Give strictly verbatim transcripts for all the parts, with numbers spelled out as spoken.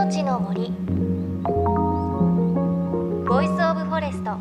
命の森ボイスオブフォレスト。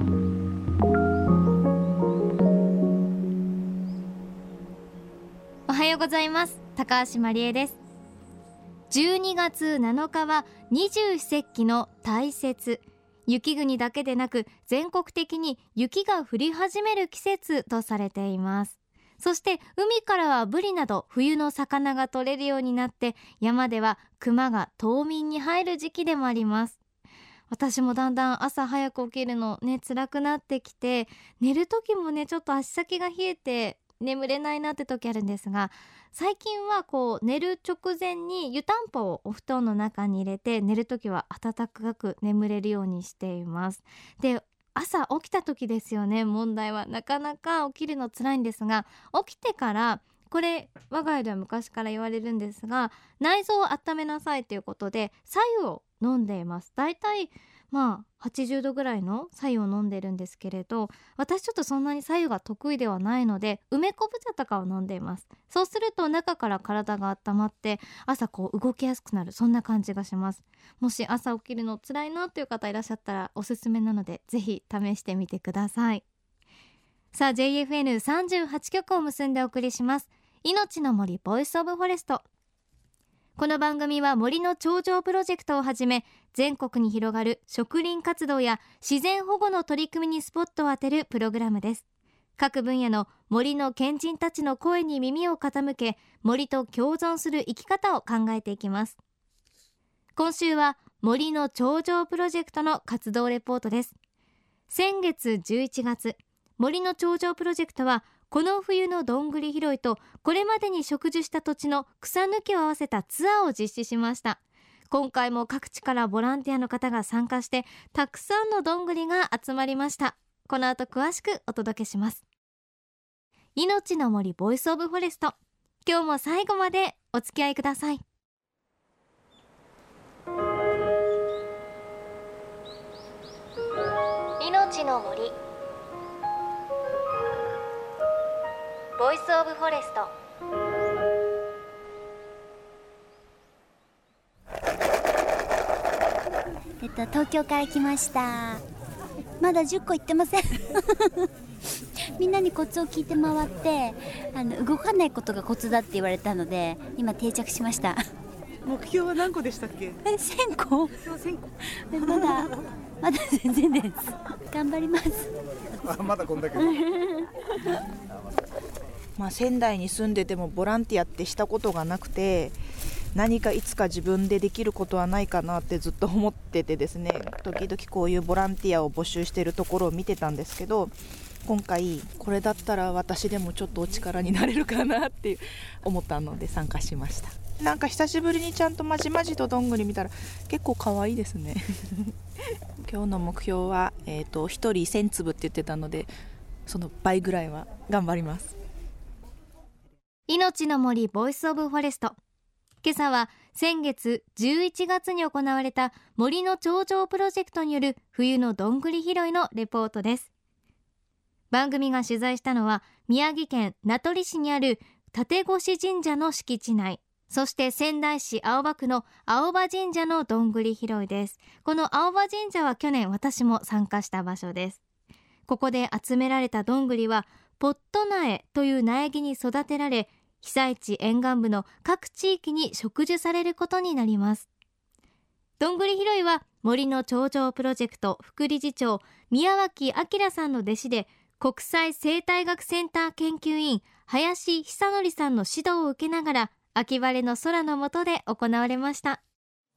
おはようございます。高橋真理恵です。じゅうにがつなのかは二十四節気の大雪。雪国だけでなく全国的に雪が降り始める季節とされています。そして海からはブリなど冬の魚が取れるようになって、山では熊が冬眠に入る時期でもあります。私もだんだん朝早く起きるのね辛くなってきて、寝る時もねちょっと足先が冷えて眠れないなって時あるんですが、最近はこう寝る直前に湯たんぽをお布団の中に入れて、寝る時は暖かく眠れるようにしています。で、朝起きた時ですよね、問題は。なかなか起きるの辛いんですが、起きてからこれ我が家では昔から言われるんですが、内臓を温めなさいということで白湯を飲んでいます。だいたいまあはちじゅうどぐらいの白湯を飲んでるんですけれど、私ちょっとそんなに白湯が得意ではないので梅昆布茶とかを飲んでいます。そうすると中から体が温まって朝こう動きやすくなる、そんな感じがします。もし朝起きるの辛いなという方いらっしゃったらおすすめなので、ぜひ試してみてください。さあ ジェイエフエヌさんじゅうはち 局を結んでお送りします命の森ボイスオブフォレスト。この番組は森の頂上プロジェクトをはじめ、全国に広がる植林活動や自然保護の取り組みにスポットを当てるプログラムです。各分野の森の賢人たちの声に耳を傾け、森と共存する生き方を考えていきます。今週は森の頂上プロジェクトの活動レポートです。先月じゅういちがつ、森の頂上プロジェクトはこの冬のどんぐり拾いとこれまでに植樹した土地の草抜きを合わせたツアーを実施しました。今回も各地からボランティアの方が参加して、たくさんのどんぐりが集まりました。この後詳しくお届けします。命の森ボイスオブフォレスト、今日も最後までお付き合いください。命の森ボイスオブフォレスト。 えっと東京から来ました。まだじゅっこ行ってませんみんなにコツを聞いて回って、あの動かないことがコツだって言われたので今定着しました。 目標は何個でしたっけ？ え、せんこ？ せんこ。 まだまだ全然です。頑張りますあ、まだこんだけまあ仙台に住んでてもボランティアってしたことがなくて、何かいつか自分でできることはないかなってずっと思っててですね、時々こういうボランティアを募集しているところを見てたんですけど、今回これだったら私でもちょっとお力になれるかなって思ったので参加しました。なんか久しぶりにちゃんとまじまじとどんぐり見たら結構可愛いですね今日の目標は、えーと、ひとりせんつぶって言ってたので、その倍ぐらいは頑張ります。 命の森ボイスオブフォレスト。今朝は先月じゅういちがつに行われた森の頂上プロジェクトによる冬のどんぐり拾いのレポートです。番組が取材したのは宮城県名取市にある立越神社の敷地内、そして仙台市青葉区の青葉神社のどんぐり拾いです。この青葉神社は去年私も参加した場所です。ここで集められたどんぐりはポット苗という苗木に育てられ、被災地沿岸部の各地域に植樹されることになります。どんぐり拾いは森の頂上プロジェクト副理事長宮脇明さんの弟子で、国際生態学センター研究員林久則さんの指導を受けながら、秋晴れの空の下で行われました。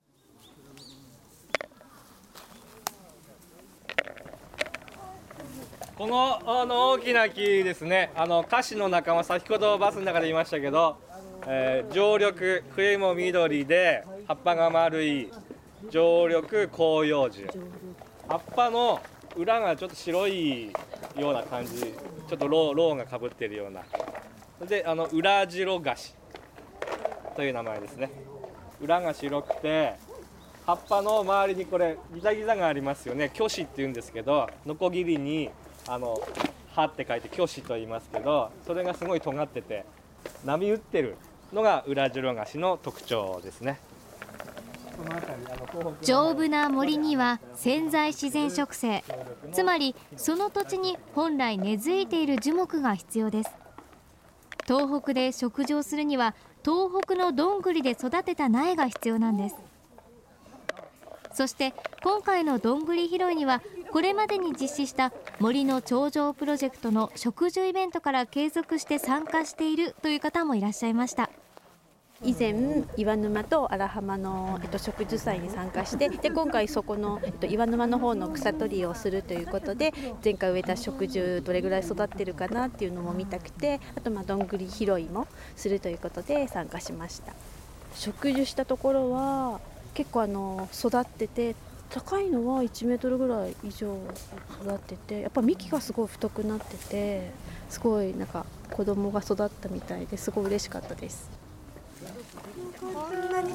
このあの大きな木ですね、あのカシの仲間、先ほどバスの中で言いましたけど、えー、常緑、冬も緑で葉っぱが丸い常緑広葉樹。葉っぱの裏がちょっと白いような感じ、ちょっとロウロウがかぶっているようなで、あの裏白菓子という名前ですね。裏が白くて葉っぱの周りにこれギザギザがありますよね。虚子っていうんですけど、ノコギリにあの葉って書いて虚子と言いますけど、それがすごい尖ってて波打ってるのが裏白菓子の特徴ですね。 丈夫な森には潜在自然植生、つまりその土地に本来根付いている樹木が必要です。東北で植樹をするには東北のどんぐりで育てた苗が必要なんです。そして今回のどんぐり拾いにはこれまでに実施した森の頂上プロジェクトの植樹イベントから継続して参加しているという方もいらっしゃいました。 以前岩沼と荒浜の、えっと、植樹祭に参加して、で今回そこの、えっと、岩沼の方の草取りをするということで、前回植えた植樹どれぐらい育ってるかなっていうのも見たくて、あとまあどんぐり拾いもするということで参加しました。植樹したところは結構あの育ってて、高いのはいちメートルぐらい以上育ってて、やっぱ幹がすごい太くなってて、すごいなんか子供が育ったみたいですごい嬉しかったです。 こんなに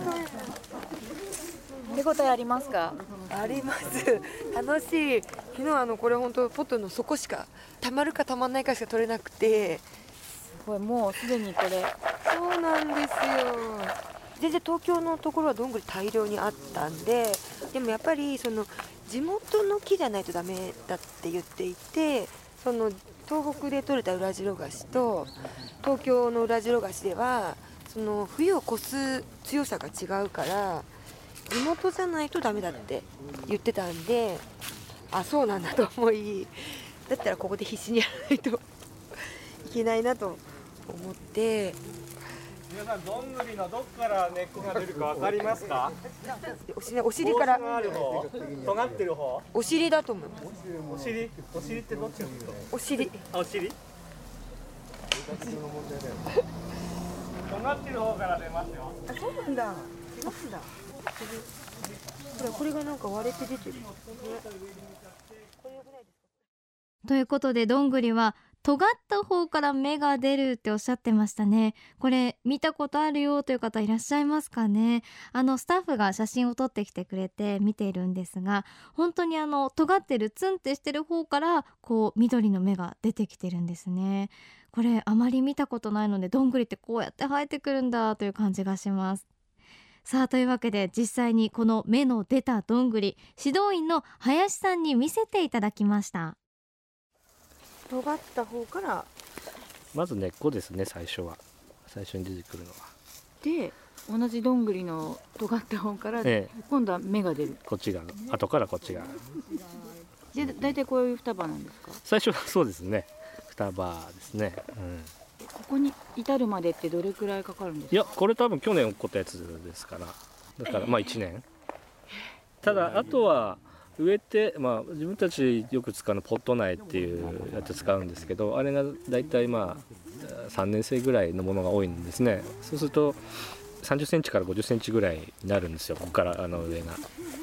手応えありますか？ あります。楽しい。昨日あのこれ本当ポットの底しかたまるかたまんないかしか取れなくて、 すごいもうすでにこれ。 そうなんですよ。全然東京のところはどんぐり大量にあったんで、でもやっぱりその地元の木じゃないとダメだって言っていて、その東北で採れたウラジロガシと東京のウラジロガシではその冬を越す強さが違うから地元じゃないとダメだって言ってたんで、あ、そうなんだと思い、だったらここで必死にやらないといけないなと思って。 皆さんどんぐりのどっから根っこが出るかわかりますか？ お尻、お尻からある方、尖ってる方、 お尻だと思う。 お尻、お尻ってどっちのこと？ お尻。 あ、お尻？尖ってる方から出ますよ。 あ、そうなんだ。違うんだ。これ、これがなんか割れて出てる。 ということでどんぐりは尖った方から芽が出るっておっしゃってましたね。これ見たことあるよという方いらっしゃいますかね。あのスタッフが写真を撮ってきてくれて見ているんですが、本当にあの尖ってるツンってしてる方からこう緑の芽が出てきてるんですね。これあまり見たことないので、どんぐりってこうやって生えてくるんだという感じがします。さあというわけで実際にこの芽の出たどんぐり、指導員の林さんに見せていただきました。 尖った方からまず根っこですね。最初は最初に出てくるのはで、同じどんぐりの尖った方から、ええ、今度は芽が出る。 こっちが後からこっちが。 じゃあ大体こういう双葉なんですか？ 最初はそうですね、双葉ですね、うん、 ここに至るまでってどれくらいかかるんですか？ いや、これ多分去年起こったやつですから、だからまあいちねん、ただあとは植えて、まあ、自分たちよく使うのポット苗っていうやつ使うんですけど、あれがだいたいまあさんねん生ぐらいのものが多いんですね。そうするとさんじゅっセンチからごじゅっセンチぐらいになるんですよ、ここからあの上が、うん、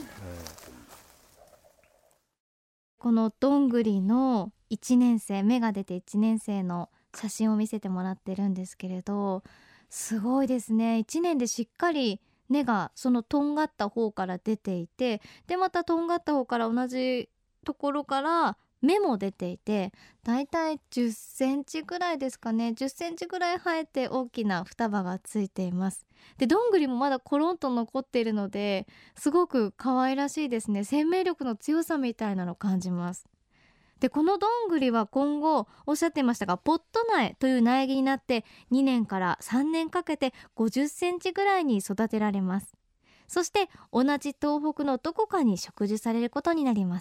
このどんぐりのいちねん生、芽が出ていちねん生の写真を見せてもらってるんですけれど、すごいですね。いちねんでしっかり根がそのとんがった方から出ていて、でまたとんがった方から同じところから芽も出ていて、だいたいじゅっセンチぐらいですかね、じゅっセンチぐらい生えて大きな双葉がついています。でどんぐりもまだコロンと残っているので、すごく可愛らしいですね。生命力の強さみたいなのを感じます。でこのどんぐりは今後おっしゃっていましたが、ポット苗という苗木になってにねんからさんねんかけてごじゅっセンチぐらいに育てられます。そして同じ東北のどこかに植樹されることになります。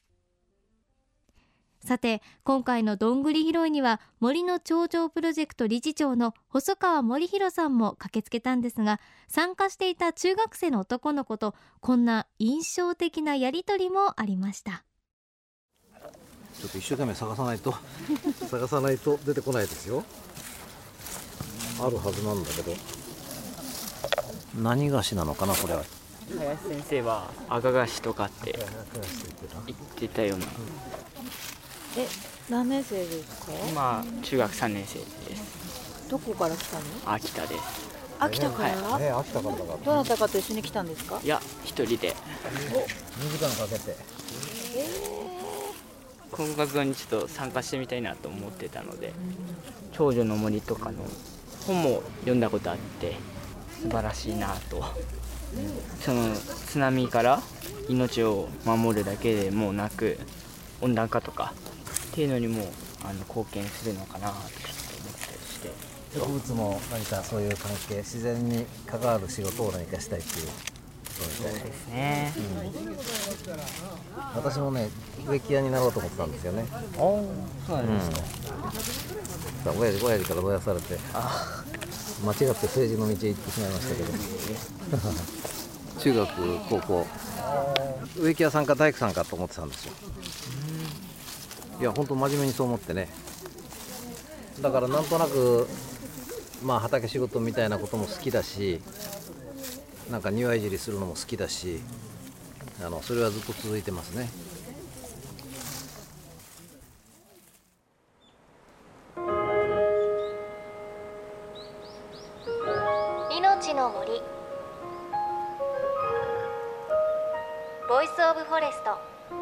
さて今回のどんぐり拾いには森の頂上プロジェクト理事長の細川森弘さんも駆けつけたんですが、参加していた中学生の男の子とこんな印象的なやりとりもありました。 ちょっと一生懸命探さないと探さないと出てこないですよ。あるはずなんだけど、何菓子なのかなこれは。 林先生は赤菓子とかって言ってたような。 え、何年生ですか？ 今中学さんねん生です。 どこから来たの？ 秋田です。 秋田から？ はい、ね、秋田からだから。 どなたかと一緒に来たんですか？ いや、一人で。 にじかんかけて。 えーこの活動にちょっと参加してみたいなと思ってたので、長女の森とかの本も読んだことあって素晴らしいなとその津波から命を守るだけでもなく温暖化とかっていうのにもあの貢献するのかなと思ったりして、 植物も何かそういう関係、自然に関わる仕事を何かしたいっていう。 そうですね、 うん、私もね植木屋になろうと思ってたんですよね。 おー、そうなんですか。 うん、親父親父からどやされてあ間違って政治の道へ行ってしまいましたけど中学高校植木屋さんか大工さんかと思ってたんですよ。いや本当真面目にそう思ってね。だからなんとなくまあ畑仕事みたいなことも好きだし、なんか庭いじりするのも好きだし、あのそれはずっと続いてますね。 命の森ボイスオブフォレスト。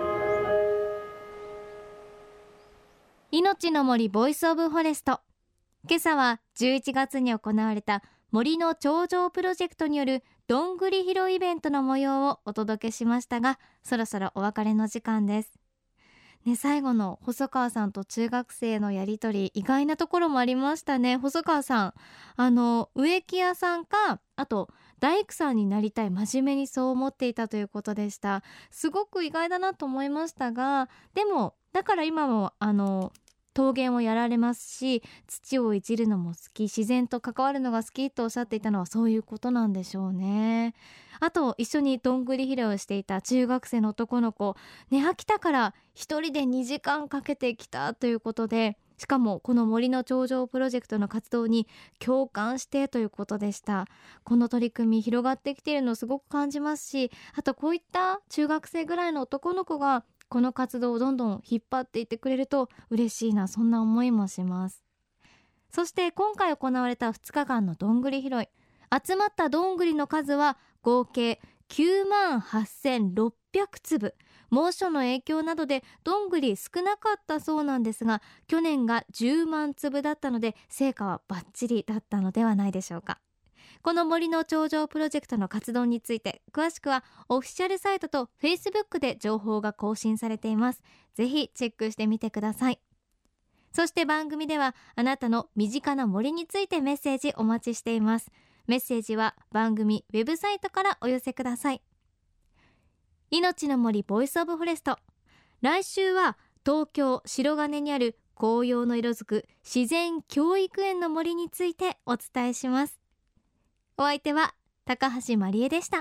命の森ボイスオブフォレスト。今朝はじゅういちがつに行われた森の頂上プロジェクトによるどんぐり拾いイベントの模様をお届けしましたが、そろそろお別れの時間です、ね、最後の細川さんと中学生のやりとり、意外なところもありましたね。細川さん、あの植木屋さんかあと大工さんになりたい、真面目にそう思っていたということでした。すごく意外だなと思いましたが、でもだから今もあの陶芸もやられますし、土をいじるのも好き、自然と関わるのが好きとおっしゃっていたのはそういうことなんでしょうね。あと一緒にどんぐり拾いをしていた中学生の男の子、ね、秋田から一人でにじかんかけてきたということで、しかもこの森の頂上プロジェクトの活動に共感してということでした。この取り組み広がってきているのをすごく感じますし、あとこういった中学生ぐらいの男の子がこの活動をどんどん引っ張っていってくれると嬉しいな、そんな思いもします。そして今回行われたふつかかんのどんぐり拾い、集まったどんぐりの数は合計きゅうまんはっせんろっぴゃくつぶ。猛暑の影響などでどんぐり少なかったそうなんですが、去年がじゅうまんつぶだったので成果はバッチリだったのではないでしょうか。この森の頂上プロジェクトの活動について詳しくはオフィシャルサイトと Facebook で情報が更新されています。ぜひチェックしてみてください。そして番組ではあなたの身近な森についてメッセージお待ちしています。メッセージは番組ウェブサイトからお寄せください。命の森ボイスオブフォレスト、来週は東京白金にある紅葉の色づく自然教育園の森についてお伝えします。お相手は高橋まりえでした。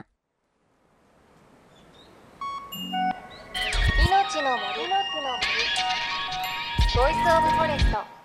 命の森ボイスオブフォレスト。